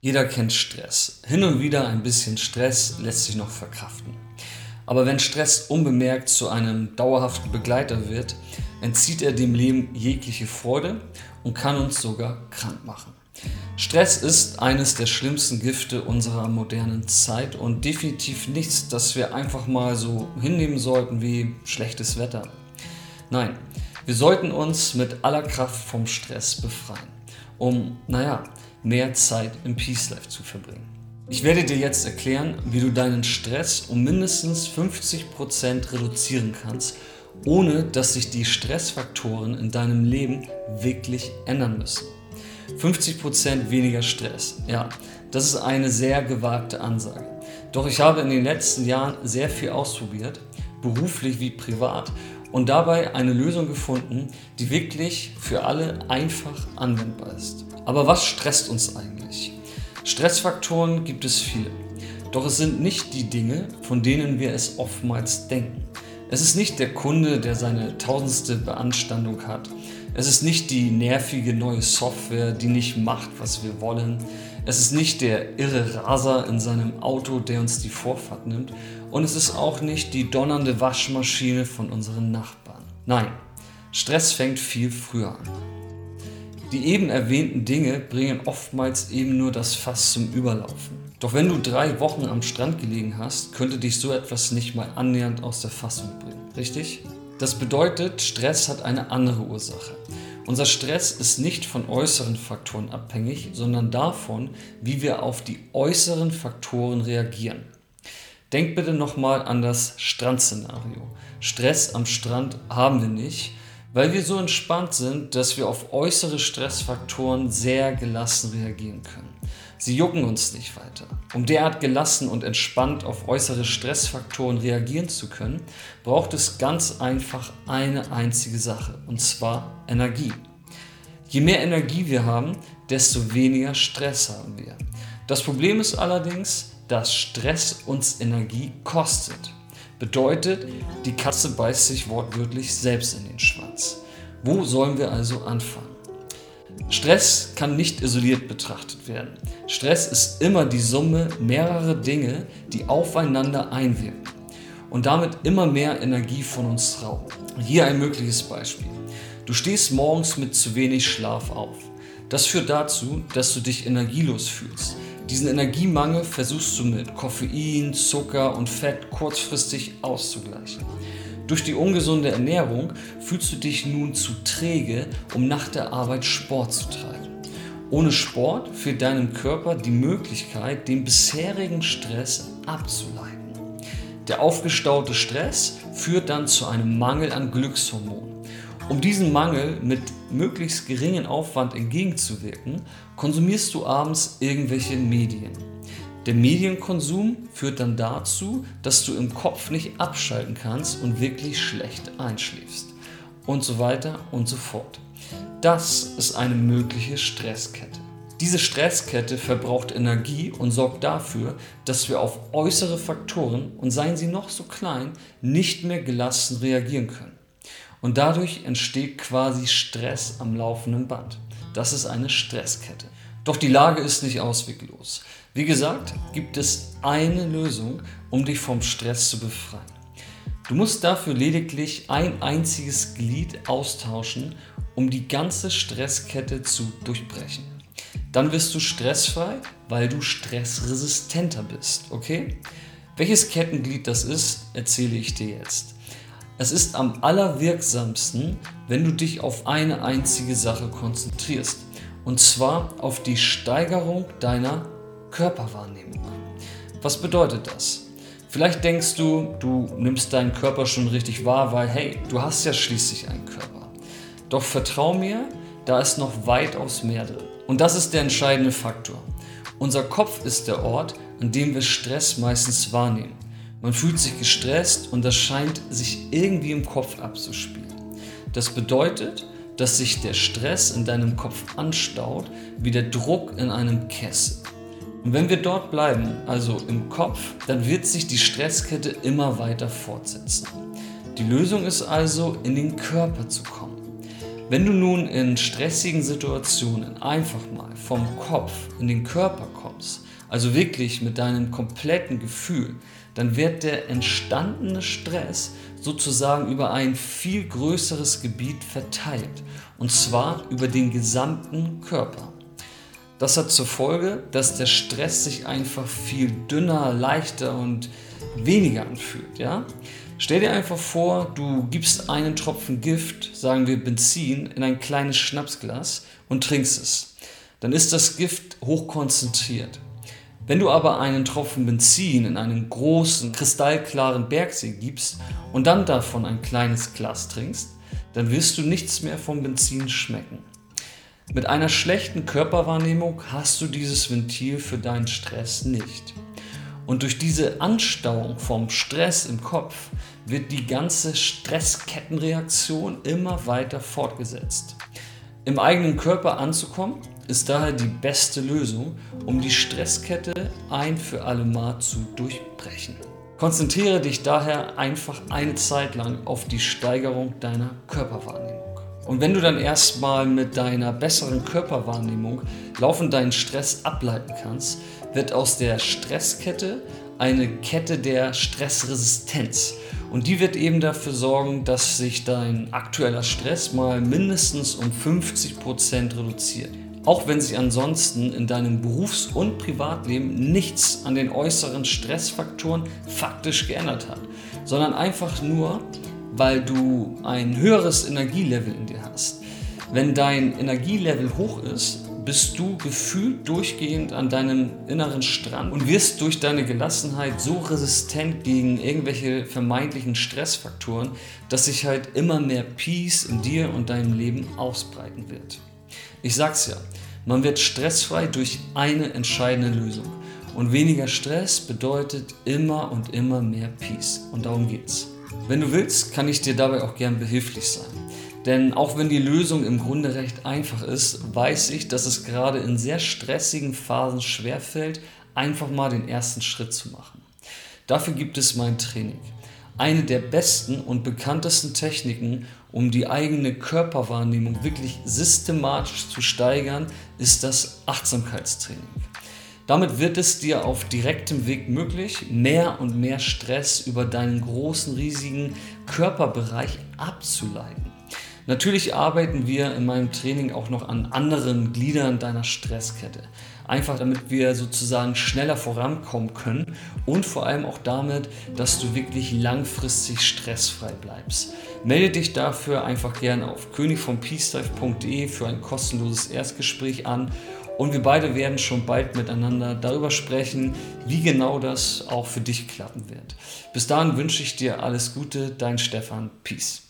Jeder kennt Stress. Hin und wieder ein bisschen Stress lässt sich noch verkraften. Aber wenn Stress unbemerkt zu einem dauerhaften Begleiter wird, entzieht er dem Leben jegliche Freude und kann uns sogar krank machen. Stress ist eines der schlimmsten Gifte unserer modernen Zeit und definitiv nichts, das wir einfach mal so hinnehmen sollten wie schlechtes Wetter. Nein, wir sollten uns mit aller Kraft vom Stress befreien, um, mehr Zeit im Peace Life zu verbringen. Ich werde dir jetzt erklären, wie du deinen Stress um mindestens 50% reduzieren kannst, ohne dass sich die Stressfaktoren in deinem Leben wirklich ändern müssen. 50% weniger Stress, ja, das ist eine sehr gewagte Ansage. Doch ich habe in den letzten Jahren sehr viel ausprobiert, beruflich wie privat, und dabei eine Lösung gefunden, die wirklich für alle einfach anwendbar ist. Aber was stresst uns eigentlich? Stressfaktoren gibt es viele, doch es sind nicht die Dinge, von denen wir es oftmals denken. Es ist nicht der Kunde, der seine tausendste Beanstandung hat. Es ist nicht die nervige neue Software, die nicht macht, was wir wollen. Es ist nicht der irre Raser in seinem Auto, der uns die Vorfahrt nimmt. Und es ist auch nicht die donnernde Waschmaschine von unseren Nachbarn. Nein, Stress fängt viel früher an. Die eben erwähnten Dinge bringen oftmals eben nur das Fass zum Überlaufen. Doch wenn du 3 Wochen am Strand gelegen hast, könnte dich so etwas nicht mal annähernd aus der Fassung bringen. Richtig? Das bedeutet, Stress hat eine andere Ursache. Unser Stress ist nicht von äußeren Faktoren abhängig, sondern davon, wie wir auf die äußeren Faktoren reagieren. Denk bitte nochmal an das Strandszenario. Stress am Strand haben wir nicht, weil wir so entspannt sind, dass wir auf äußere Stressfaktoren sehr gelassen reagieren können. Sie jucken uns nicht weiter. Um derart gelassen und entspannt auf äußere Stressfaktoren reagieren zu können, braucht es ganz einfach eine einzige Sache, und zwar Energie. Je mehr Energie wir haben, desto weniger Stress haben wir. Das Problem ist allerdings, dass Stress uns Energie kostet. Bedeutet, die Katze beißt sich wortwörtlich selbst in den Schwanz. Wo sollen wir also anfangen? Stress kann nicht isoliert betrachtet werden. Stress ist immer die Summe mehrerer Dinge, die aufeinander einwirken und damit immer mehr Energie von uns rauben. Hier ein mögliches Beispiel. Du stehst morgens mit zu wenig Schlaf auf. Das führt dazu, dass du dich energielos fühlst. Diesen Energiemangel versuchst du mit Koffein, Zucker und Fett kurzfristig auszugleichen. Durch die ungesunde Ernährung fühlst du dich nun zu träge, um nach der Arbeit Sport zu treiben. Ohne Sport fehlt deinem Körper die Möglichkeit, den bisherigen Stress abzuleiten. Der aufgestaute Stress führt dann zu einem Mangel an Glückshormonen. Um diesem Mangel mit möglichst geringem Aufwand entgegenzuwirken, konsumierst du abends irgendwelche Medien. Der Medienkonsum führt dann dazu, dass du im Kopf nicht abschalten kannst und wirklich schlecht einschläfst. Und so weiter und so fort. Das ist eine mögliche Stresskette. Diese Stresskette verbraucht Energie und sorgt dafür, dass wir auf äußere Faktoren, und seien sie noch so klein, nicht mehr gelassen reagieren können. Und dadurch entsteht quasi Stress am laufenden Band. Das ist eine Stresskette. Doch die Lage ist nicht ausweglos. Wie gesagt, gibt es eine Lösung, um dich vom Stress zu befreien. Du musst dafür lediglich ein einziges Glied austauschen, um die ganze Stresskette zu durchbrechen. Dann wirst du stressfrei, weil du stressresistenter bist, okay? Welches Kettenglied das ist, erzähle ich dir jetzt. Es ist am allerwirksamsten, wenn du dich auf eine einzige Sache konzentrierst, und zwar auf die Steigerung deiner Körperwahrnehmung. Was bedeutet das? Vielleicht denkst du, du nimmst deinen Körper schon richtig wahr, weil hey, du hast ja schließlich einen Körper. Doch vertrau mir, da ist noch weitaus mehr drin. Und das ist der entscheidende Faktor. Unser Kopf ist der Ort, an dem wir Stress meistens wahrnehmen. Man fühlt sich gestresst und das scheint sich irgendwie im Kopf abzuspielen. Das bedeutet, dass sich der Stress in deinem Kopf anstaut, wie der Druck in einem Kessel. Und wenn wir dort bleiben, also im Kopf, dann wird sich die Stresskette immer weiter fortsetzen. Die Lösung ist also, in den Körper zu kommen. Wenn du nun in stressigen Situationen einfach mal vom Kopf in den Körper kommst, also wirklich mit deinem kompletten Gefühl, dann wird der entstandene Stress sozusagen über ein viel größeres Gebiet verteilt, und zwar über den gesamten Körper. Das hat zur Folge, dass der Stress sich einfach viel dünner, leichter und weniger anfühlt. Ja? Stell dir einfach vor, du gibst einen Tropfen Gift, sagen wir Benzin, in ein kleines Schnapsglas und trinkst es. Dann ist das Gift hochkonzentriert. Wenn du aber einen Tropfen Benzin in einen großen, kristallklaren Bergsee gibst und dann davon ein kleines Glas trinkst, dann wirst du nichts mehr vom Benzin schmecken. Mit einer schlechten Körperwahrnehmung hast du dieses Ventil für deinen Stress nicht. Und durch diese Anstauung vom Stress im Kopf wird die ganze Stresskettenreaktion immer weiter fortgesetzt. Im eigenen Körper anzukommen, ist daher die beste Lösung, um die Stresskette ein für alle Mal zu durchbrechen. Konzentriere dich daher einfach eine Zeit lang auf die Steigerung deiner Körperwahrnehmung. Und wenn du dann erstmal mit deiner besseren Körperwahrnehmung laufend deinen Stress ableiten kannst, wird aus der Stresskette eine Kette der Stressresistenz. Und die wird eben dafür sorgen, dass sich dein aktueller Stress mal mindestens um 50% reduziert. Auch wenn sich ansonsten in deinem Berufs- und Privatleben nichts an den äußeren Stressfaktoren faktisch geändert hat, sondern einfach nur, weil du ein höheres Energielevel in dir hast. Wenn dein Energielevel hoch ist, bist du gefühlt durchgehend an deinem inneren Strand und wirst durch deine Gelassenheit so resistent gegen irgendwelche vermeintlichen Stressfaktoren, dass sich halt immer mehr Peace in dir und deinem Leben ausbreiten wird. Ich sag's ja, man wird stressfrei durch eine entscheidende Lösung. Und weniger Stress bedeutet immer und immer mehr Peace. Und darum geht's. Wenn du willst, kann ich dir dabei auch gern behilflich sein. Denn auch wenn die Lösung im Grunde recht einfach ist, weiß ich, dass es gerade in sehr stressigen Phasen schwerfällt, einfach mal den ersten Schritt zu machen. Dafür gibt es mein Training. Eine der besten und bekanntesten Techniken, um die eigene Körperwahrnehmung wirklich systematisch zu steigern, ist das Achtsamkeitstraining. Damit wird es dir auf direktem Weg möglich, mehr und mehr Stress über deinen großen, riesigen Körperbereich abzuleiten. Natürlich arbeiten wir in meinem Training auch noch an anderen Gliedern deiner Stresskette. Einfach damit wir sozusagen schneller vorankommen können und vor allem auch damit, dass du wirklich langfristig stressfrei bleibst. Melde dich dafür einfach gerne auf königvompeacelife.de für ein kostenloses Erstgespräch an und wir beide werden schon bald miteinander darüber sprechen, wie genau das auch für dich klappen wird. Bis dahin wünsche ich dir alles Gute, dein Stefan. Peace.